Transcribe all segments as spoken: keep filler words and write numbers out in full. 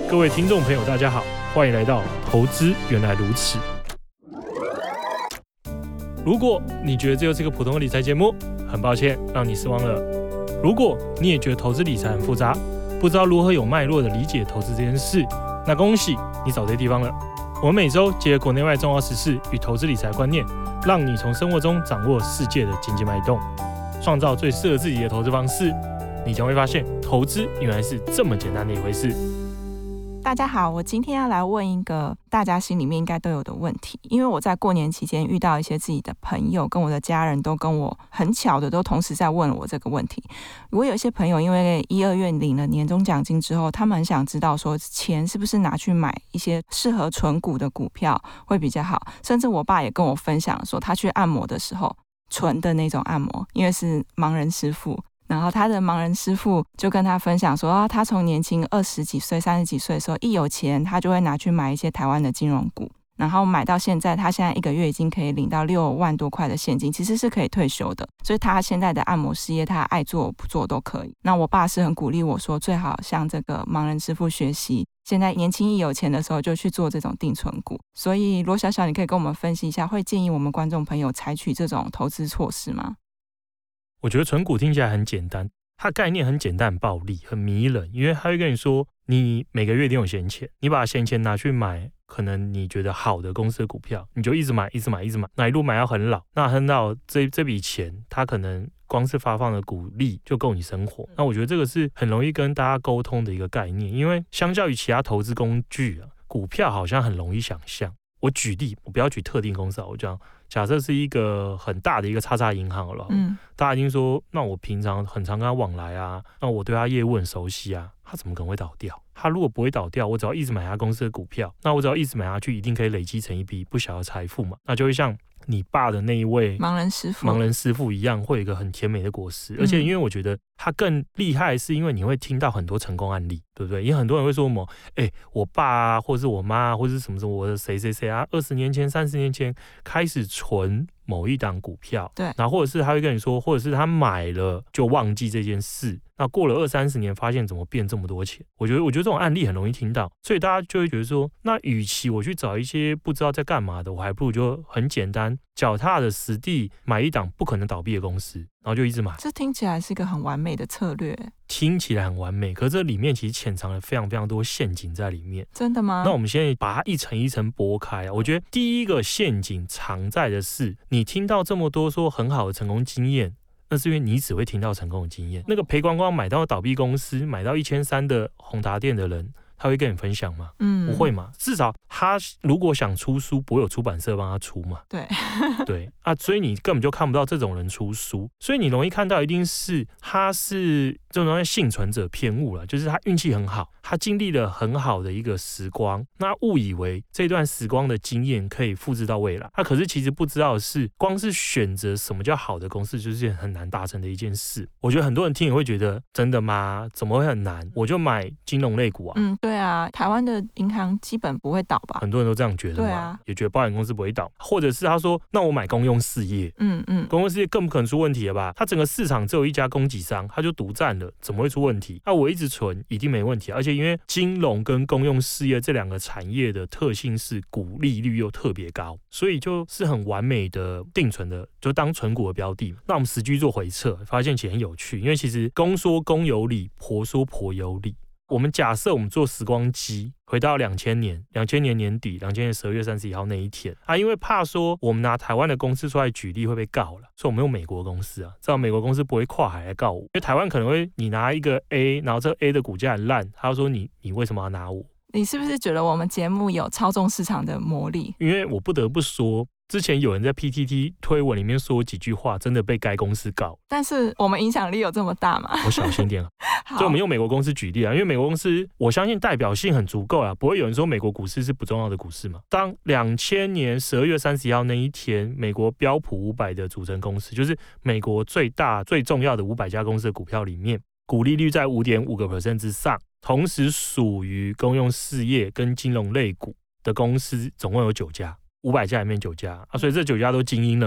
各位听众朋友大家好，欢迎来到投资原来如此。如果你觉得这就是一个普通的理财节目，很抱歉让你失望了。如果你也觉得投资理财很复杂，不知道如何有脉络的理解投资这件事，那恭喜你找对地方了。我们每周结合国内外重要时事与投资理财观念，让你从生活中掌握世界的经济脉动，创造最适合自己的投资方式。你将会发现，投资原来是这么简单的一回事。 大家好，我今天要来问一个大家心里面应该都有的问题，因为我在过年期间遇到一些自己的朋友跟我的家人都跟我很巧的都同时在问我这个问题。我有一些朋友因为一二月领了年终奖金之后，他们很想知道说钱是不是拿去买一些适合存股的股票会比较好，甚至我爸也跟我分享说他去按摩的时候纯的那种按摩，因为是盲人师傅，然后他的盲人师傅就跟他分享说、啊、他从年轻二十几岁三十几岁的时候一有钱他就会拿去买一些台湾的金融股，然后买到现在他现在一个月已经可以领到六万多块的现金，其实是可以退休的，所以他现在的按摩事业他爱做不做都可以。那我爸是很鼓励我说最好向这个盲人师傅学习，现在年轻一有钱的时候就去做这种定存股。所以罗小小你可以跟我们分析一下，会建议我们观众朋友采取这种投资措施吗？ 我觉得存股听起来很简单，它概念很简单、很暴力、很迷人，因为它会跟你说，你每个月一定有闲钱，你把闲钱拿去买可能你觉得好的公司的股票，你就一直买、一直买、一直买，那一路买到很老，那很老这这笔钱，它可能光是发放的股利就够你生活。那我觉得这个是很容易跟大家沟通的一个概念，因为相较于其他投资工具啊，股票好像很容易想象。我举例，我不要举特定公司啊，我讲假设是一个很大的一个叉叉银行好了，嗯，大家已经说，那我平常很常跟他往来啊，那我对他业务很熟悉啊，他怎么可能会倒掉？他如果不会倒掉，我只要一直买他公司的股票，那我只要一直买下去，一定可以累积成一笔不小的财富嘛，那就会像你爸的那一位盲人师傅盲人师傅一样，会有一个很甜美的果实。而且因为我觉得他更厉害，是因为你会听到很多成功案例，对不对？因为很多人会说什么，哎，我爸啊，或是我妈啊，或是什么什么，我的谁谁谁啊，二十年前、三十年前开始存某一档股票， 对， 然后或者是他会跟你说，或者是他买了就忘记这件事，那过了二三十年，发现怎么变这么多钱？我觉得，我觉得这种案例很容易听到，所以大家就会觉得说，那与其我去找一些不知道在干嘛的，我还不如就很简单，脚踏的实地买一档不可能倒闭的公司，然后就一直买。 这听起来是一个很完美的策略， 听起来很完美，可是这里面其实潜藏了非常非常多陷阱在里面。 真的吗？ 那我们现在把它一层一层剥开啊，我觉得第一个陷阱藏在的是，你听到这么多说很好的成功经验，那是因为你只会听到成功的经验。那个赔光光买到倒闭公司、买到一千三的宏达电的人，他会跟你分享吗？嗯，不会嘛。至少他如果想出书，不会有出版社帮他出嘛。 对， 对啊，所以你根本就看不到这种人出书，所以你容易看到一定是他是这种幸存者偏误了，就是他运气很好，他经历了很好的一个时光，那误以为这段时光的经验可以复制到未来，他可是其实不知道的是，光是选择什么叫好的公司，就是很难达成的一件事。我觉得很多人听也会觉得，真的吗？怎么会很难？我就买金融类股啊。 嗯，对啊，台湾的银行基本不会倒吧？ 很多人都这样觉得嘛，对啊，也觉得保险公司不会倒，或者是他说，那我买公用事业，嗯嗯，公用事业更不可能出问题了吧？它整个市场只有一家供给商，他就独占了，怎么会出问题？那我一直存一定没问题，而且因为金融跟公用事业这两个产业的特性是股利率又特别高，所以就是很完美的定存的，就当存股的标的。那我们实际做回测，发现其实很有趣，因为其实公说公有理，婆说婆有理。我们假设我们做时光机，回到两千年，两千年年底，两千年十二月三十一号那一天啊，因为怕说我们拿台湾的公司出来举例会被告了，所以我们用美国公司啊，这样美国公司不会跨海来告我，因为台湾可能会你拿一个 A， 然后这 A 的股价很烂，他说你你为什么要拿我？ 你是不是觉得我们节目有操纵市场的魔力？ 因为我不得不说，之前有人在 P T T 推文里面说几句话，真的被该公司告。 但是我们影响力有这么大吗？ 我小心点所以我们用美国公司举例啊，因为美国公司我相信代表性很足够啊，不会有人说美国股市是不重要的股市嘛。当两千年十二月三十一号那一天，美国标普五百的组成公司，就是美国最大最重要的五百家公司的股票里面，股利率在 百分之五点五 之上，同时属于公用事业跟金融类股的公司总共有九家，五百家里面九家啊，所以这九家都精英了嘛。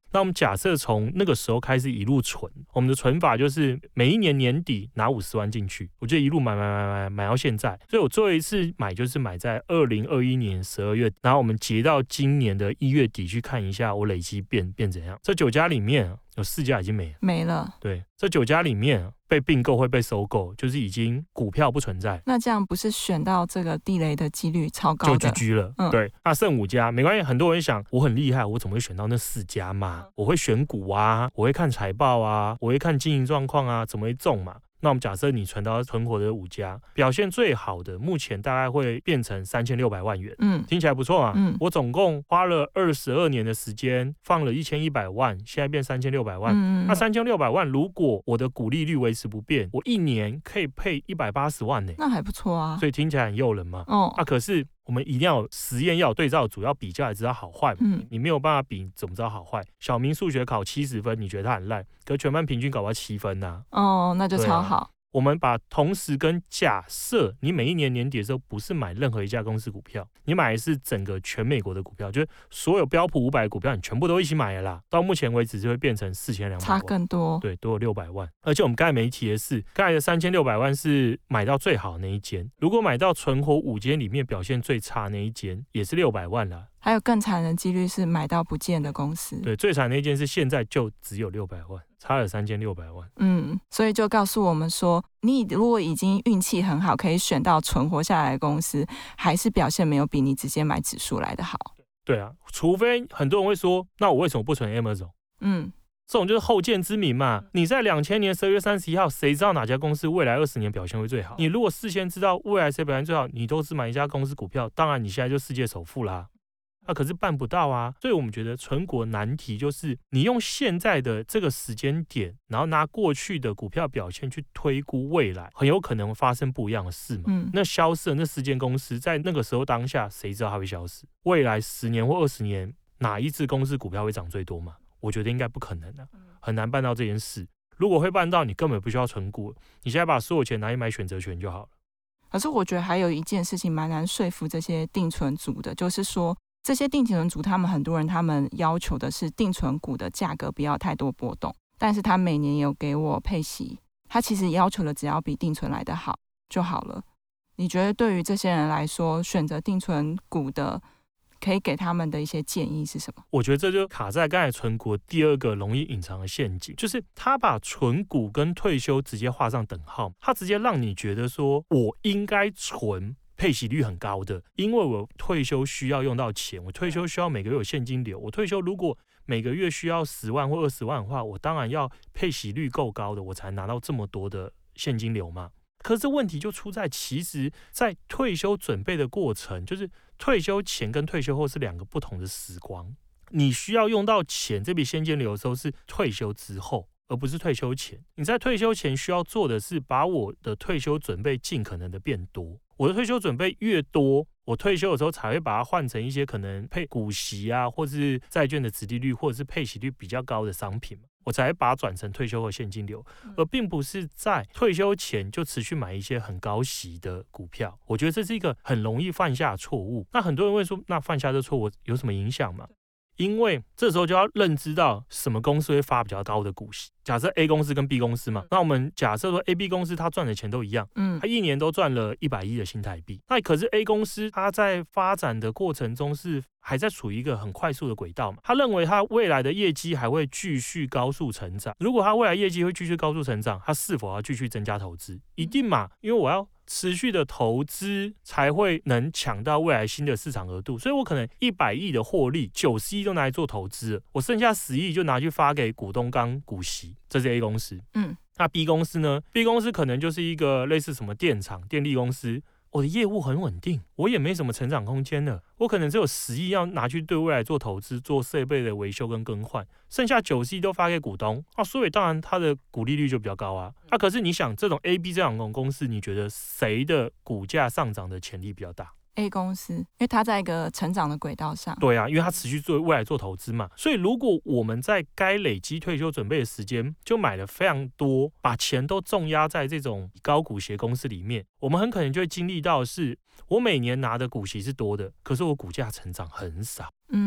那我们假设从那个时候开始一路存，我们的存法就是每一年年底拿五十万进去，我就一路买买买买买到现在。所以我最后一次买就是买在二零二一年十二月，然后我们截到今年的一月底去看一下我累积变变怎样。这九家里面有四家已经没了， 没了。 对，这九家里面被并购会被收购，就是已经股票不存在。 那这样不是选到这个地雷的几率超高的， 就 G G 了。嗯、对，那剩五家没关系。很多人想我很厉害，我怎么会选到那四家嘛？我会选股啊，我会看财报啊，我会看经营状况啊，怎么会中嘛？那我们假设你存到存活的五家，表现最好的，目前大概会变成三千六百万元。嗯，听起来不错啊。嗯，我总共花了二十二年的时间，放了一千一百万，现在变三千六百万。嗯，那三千六百万，如果我的股利率维持不变，我一年可以配一百八十万呢、欸， 那还不错啊。 所以听起来很诱人嘛。哦，啊，可是我们一定要有实验，要有对照组，要比较才知道好坏。嗯，你没有办法比，怎么知道好坏？小明数学考七十分，你觉得他很烂，可全班平均搞到七分呐、啊。 哦，那就超好。啊， 我们把同时跟假设你每一年年底的时候不是买任何一家公司股票，你买的是整个全美国的股票，就是所有标普五百股票你全部都一起买了啦。到目前为止就会变成四千两百万， 差更多。 对，多了六百万。而且我们刚才没提的是，刚才的三千六百万是买到最好的那一间，如果买到存活五间里面表现最差那一间，也是六百万啦。 还有更惨的几率是买到不见的公司。 对，最惨的一件是现在就只有六百万，差了三千六百万。 嗯，所以就告诉我们说，你如果已经运气很好，可以选到存活下来的公司，还是表现没有比你直接买指数来的好。 对啊，除非很多人会说，那我为什么不存 Amazon？ 嗯，这种就是后见之明嘛。你在两千年十二月三十一号，谁知道哪家公司未来二十年表现会最好？你如果事先知道未来谁表现最好，你都只买一家公司股票，当然你现在就世界首富啦。啊，可是办不到啊，所以我们觉得存股难题就是你用现在的这个时间点，然后拿过去的股票表现去推估未来，很有可能会发生不一样的事嘛。嗯，那消失的那十间公司，在那个时候当下，谁知道它会消失？未来十年或二十年，哪一支公司股票会涨最多嘛？我觉得应该不可能的、啊，很难办到这件事。如果会办到，你根本不需要存股，你现在把所有钱拿去买选择权就好了。 可是我觉得还有一件事情蛮难说服这些定存族的，就是说，这些定存族他们很多人他们要求的是定存股的价格不要太多波动，但是他每年有给我配息，他其实要求的只要比定存来的好就好了。你觉得对于这些人来说，选择定存股的可以给他们的一些建议是什么？ 我觉得这就卡在刚才存股第二个容易隐藏的陷阱，就是他把存股跟退休直接画上等号，他直接让你觉得说我应该存配息率很高的，因为我退休需要用到钱，我退休需要每个月有现金流，我退休如果每个月需要十万或二十万的话，我当然要配息率够高的，我才拿到这么多的现金流嘛。可是问题就出在，其实在退休准备的过程，就是退休前跟退休后是两个不同的时光，你需要用到钱这笔现金流的时候是退休之后，而不是退休前。你在退休前需要做的是把我的退休准备尽可能的变多，我的退休准备越多，我退休的时候才会把它换成一些可能配股息啊，或是债券的殖利率，或者是配息率比较高的商品嘛，我才会把它转成退休后现金流，而并不是在退休前就持续买一些很高息的股票。我觉得这是一个很容易犯下的错误。那很多人会说，那犯下这错误有什么影响吗？因为这时候就要认知到什么公司会发比较高的股息。假设 A 公司跟 B 公司嘛，那我们假设说 A、B 公司它赚的钱都一样，嗯，它一年都赚了一百亿的新台币。那可是 A 公司它在发展的过程中是还在处于一个很快速的轨道嘛，他认为他未来的业绩还会继续高速成长。如果他未来业绩会继续高速成长，他是否要继续增加投资？一定嘛，因为我要持续的投资才会能抢到未来新的市场额度，所以我可能一百亿的获利，九十亿都拿来做投资，我剩下十亿就拿去发给股东当股息，这是 A 公司。嗯，那 B 公司呢 ？B 公司可能就是一个类似什么电厂、电力公司。我的业务很稳定，我也没什么成长空间了，我可能只有十亿要拿去对未来做投资，做设备的维修跟更换，剩下九十亿都发给股东啊，所以当然它的股利率就比较高啊。啊，可是你想，这种 A、B 这两种公司，你觉得谁的股价上涨的潜力比较大 ？A 公司，因为它在一个成长的轨道上。 对啊，因为它持续做未来做投资嘛，所以如果我们在该累积退休准备的时间就买了非常多，把钱都重压在这种高股息公司里面，我们很可能就会经历到的是，我每年拿的股息是多的，可是我股价成长很少。 嗯，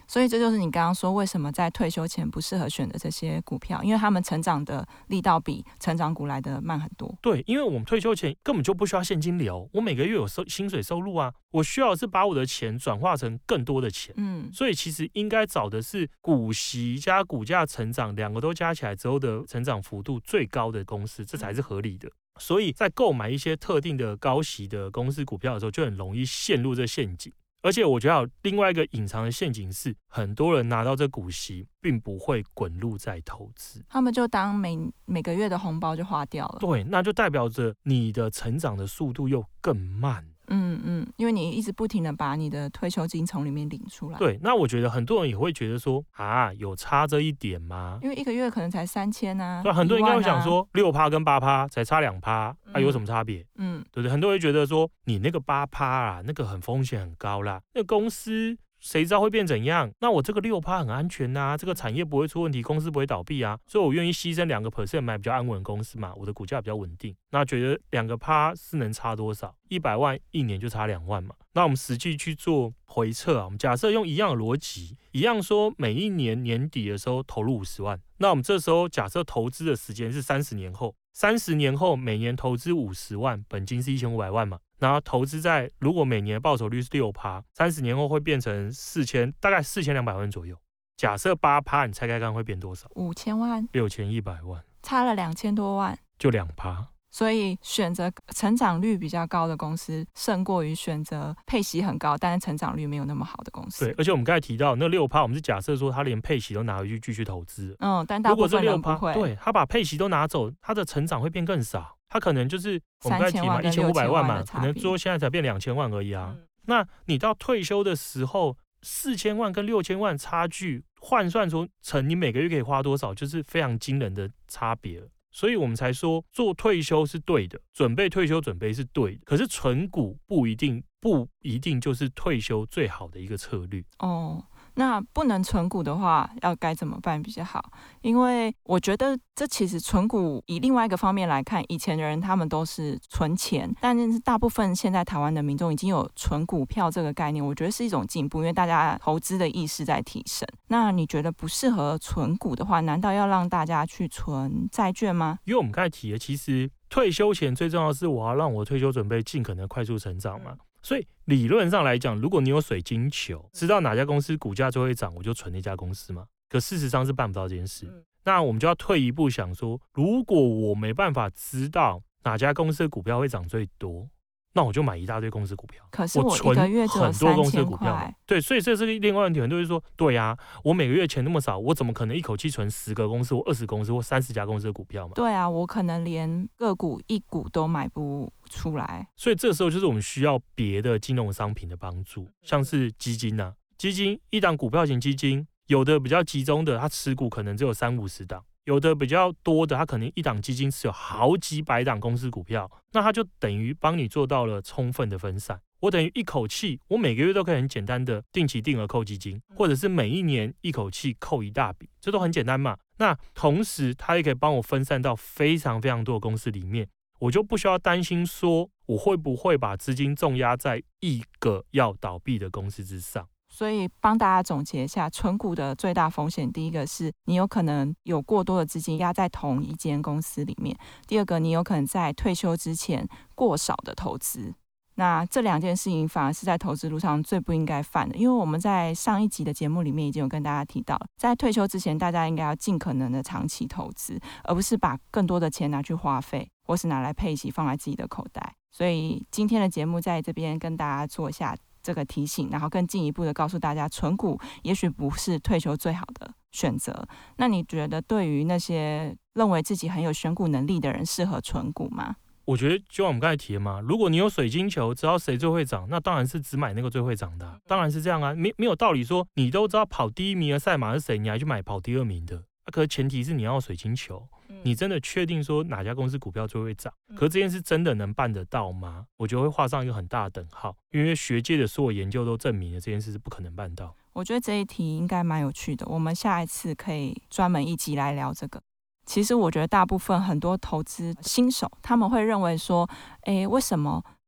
所以这就是你刚刚说为什么在退休前不适合选择这些股票，因为他们成长的力道比成长股来的慢很多。 对，因为我们退休前根本就不需要现金流，我每个月有收薪水收入啊，我需要的是把我的钱转化成更多的钱。嗯，所以其实应该找的是股息加股价成长两个都加起来之后的成长幅度最高的公司，这才是合理的。所以在购买一些特定的高息的公司股票的时候，就很容易陷入这陷阱。而且我觉得还有另外一个隐藏的陷阱是，很多人拿到这股息并不会滚入再投资， 他们就当每每个月的红包就花掉了。 对，那就代表着你的成长的速度又更慢。 嗯嗯，因为你一直不停的把你的退休金从里面领出来。 对，那我觉得很多人也会觉得说啊，有差这一点吗？ 因为一个月可能才三千啊。 对，很多人应该会想说，六趴跟八趴才差两趴，啊，有什么差别？嗯，对不对？很多人会觉得说，你那个八趴啊，那个很风险很高啦，那个公司谁知道会变怎样？那我这个六趴很安全呐、啊，这个产业不会出问题，公司不会倒闭啊，所以我愿意牺牲两个 percent 买比较安稳的公司嘛，我的股价比较稳定。那觉得两个趴是能差多少？一百万一年就差两万嘛。那我们实际去做回测啊，我们假设用一样的逻辑，一样说每一年年底的时候投入五十万，那我们这时候假设投资的时间是三十年后，三十年后每年投资五十万，本金是一千五百万嘛。然后投资在如果每年的报酬率是 百分之六， 三十年后会变成四千，大概四千两百万左右。假设 百分之八， 你猜猜看会变多少？ 五千万， 六千一百万， 差了两千多万， 就 百分之二。 所以选择成长率比较高的公司，胜过于选择配息很高但是成长率没有那么好的公司。 对，而且我们刚才提到那 百分之六， 我们是假设说他连配息都拿回去继续投资。 嗯，但大部分人不会。 对，他把配息都拿走，他的成长会变更少。他可能就是我们刚才提嘛，一千五百万嘛，可能最后现在才变两千万而已啊。嗯、那你到退休的时候，四千万跟六千万差距换算出成你每个月可以花多少，就是非常惊人的差别了。所以我们才说做退休是对的，准备退休准备是对的，可是存股不一定不一定就是退休最好的一个策略哦。那不能存股的话，要该怎么办比较好？因为我觉得这其实存股以另外一个方面来看，以前的人他们都是存钱，但是大部分现在台湾的民众已经有存股票这个概念，我觉得是一种进步，因为大家投资的意识在提升。那你觉得不适合存股的话，难道要让大家去存债券吗？ 因为我们刚才提的，其实退休前最重要的是我要让我退休准备尽可能快速成长嘛。嗯，所以理论上来讲，如果你有水晶球，知道哪家公司股价就会涨，我就存那家公司嘛。可事实上是办不到这件事。嗯、那我们就要退一步想说，如果我没办法知道哪家公司的股票会涨最多，那我就买一大堆公司股票。 可是我一个月只有很多公司的股票，对，所以这是另外问题。很多人说，对呀、啊，我每个月钱那么少，我怎么可能一口气存十个公司或二十公司或三十家公司的股票嘛？ 对啊，我可能连个股一股都买不出来。 所以这时候就是我们需要别的金融商品的帮助，像是基金啊，基金一档股票型基金，有的比较集中的，它持股可能只有三五十档。有的比较多的，它可能一档基金持有好几百档公司股票，那它就等于帮你做到了充分的分散。我等于一口气，我每个月都可以很简单的定期定额扣基金，或者是每一年一口气扣一大笔，这都很简单嘛。那同时，它也可以帮我分散到非常非常多的公司里面，我就不需要担心说我会不会把资金重压在一个要倒闭的公司之上。 所以帮大家总结一下，存股的最大风险，第一个是你有可能有过多的资金压在同一间公司里面，第二个你有可能在退休之前过少的投资。那这两件事情反而是在投资路上最不应该犯的，因为我们在上一集的节目里面已经有跟大家提到，在退休之前大家应该要尽可能的长期投资，而不是把更多的钱拿去花费，或是拿来配息放在自己的口袋。所以今天的节目在这边跟大家做一下这个提醒，然后更进一步的告诉大家，存股也许不是退休最好的选择。那你觉得对于那些认为自己很有选股能力的人，适合存股吗？ 我觉得就像我们刚才提的嘛，如果你有水晶球，知道谁最会涨，那当然是只买那个最会涨的、啊，当然是这样啊，没没有道理说你都知道跑第一名的赛马是谁，你还去买跑第二名的。啊、可是前提是你要有水晶球，你真的确定说哪家公司股票最会涨？可是这件事真的能办得到吗？我觉得会画上一个很大的等号，因为学界的所有研究都证明了这件事是不可能办到。 我觉得这一题应该蛮有趣的，我们下一次可以专门一集来聊这个。其实我觉得大部分很多投资新手他们会认为说，诶，为什么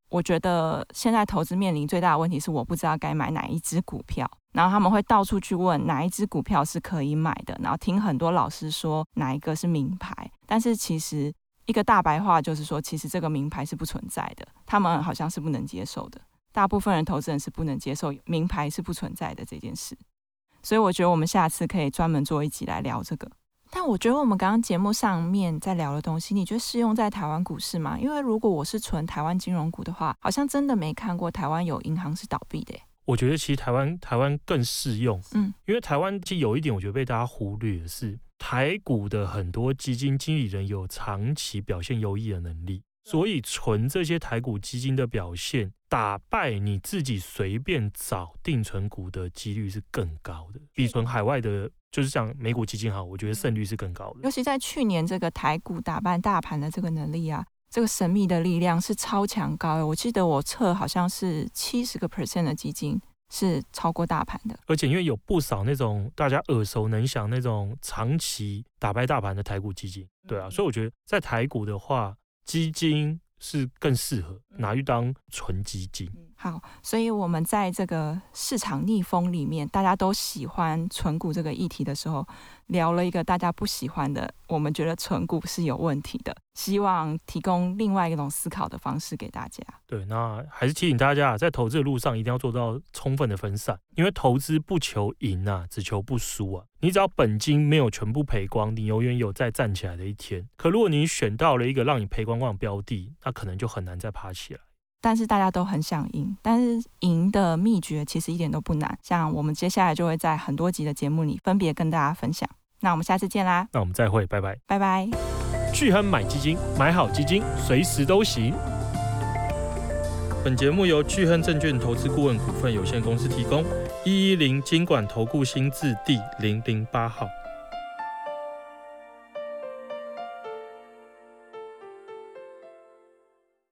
我觉得现在投资面临最大的问题是我不知道该买哪一支股票，然后他们会到处去问哪一支股票是可以买的，然后听很多老师说哪一个是名牌，但是其实一个大白话就是说，其实这个名牌是不存在的，他们好像是不能接受的，大部分人投资人是不能接受名牌是不存在的这件事，所以我觉得我们下次可以专门做一集来聊这个。但我觉得我们刚刚节目上面在聊的东西，你觉得适用在台湾股市吗？因为如果我是存台湾金融股的话，好像真的没看过台湾有银行是倒闭的耶。 我觉得其实台湾台湾更适用，嗯，因为台湾其实有一点我觉得被大家忽略的是，台股的很多基金经理人有长期表现优异的能力，所以存这些台股基金的表现，打败你自己随便找定存股的几率是更高的，比存海外的，就是像美股基金好，我觉得胜率是更高的。 尤其在去年这个台股打败大盘的这个能力啊，这个神秘的力量是超强高的。我记得我测好像是 百分之七十 的基金是超过大盘的， 而且因为有不少那种大家耳熟能详那种长期打败大盘的台股基金，对啊，所以我觉得在台股的话，基金是更适合拿去当纯基金。 好，所以我们在这个市场逆风里面，大家都喜欢存股这个议题的时候，聊了一个大家不喜欢的，我们觉得存股是有问题的，希望提供另外一种思考的方式给大家。 对，那还是提醒大家，在投资的路上一定要做到充分的分散，因为投资不求赢啊，只求不输啊。你只要本金没有全部赔光，你永远有再站起来的一天。可如果你选到了一个让你赔光光的标的，那可能就很难再爬起来。 但是大家都很想赢，但是赢的秘诀其实一点都不难，像我们接下来就会在很多集的节目里分别跟大家分享。那我们下次见啦， 那我们再会，拜拜， 拜拜。 钜亨买基金，买好基金随时都行。本节目由钜亨证券投资顾问股份有限公司提供，一一零金管投顾新字第零零八号。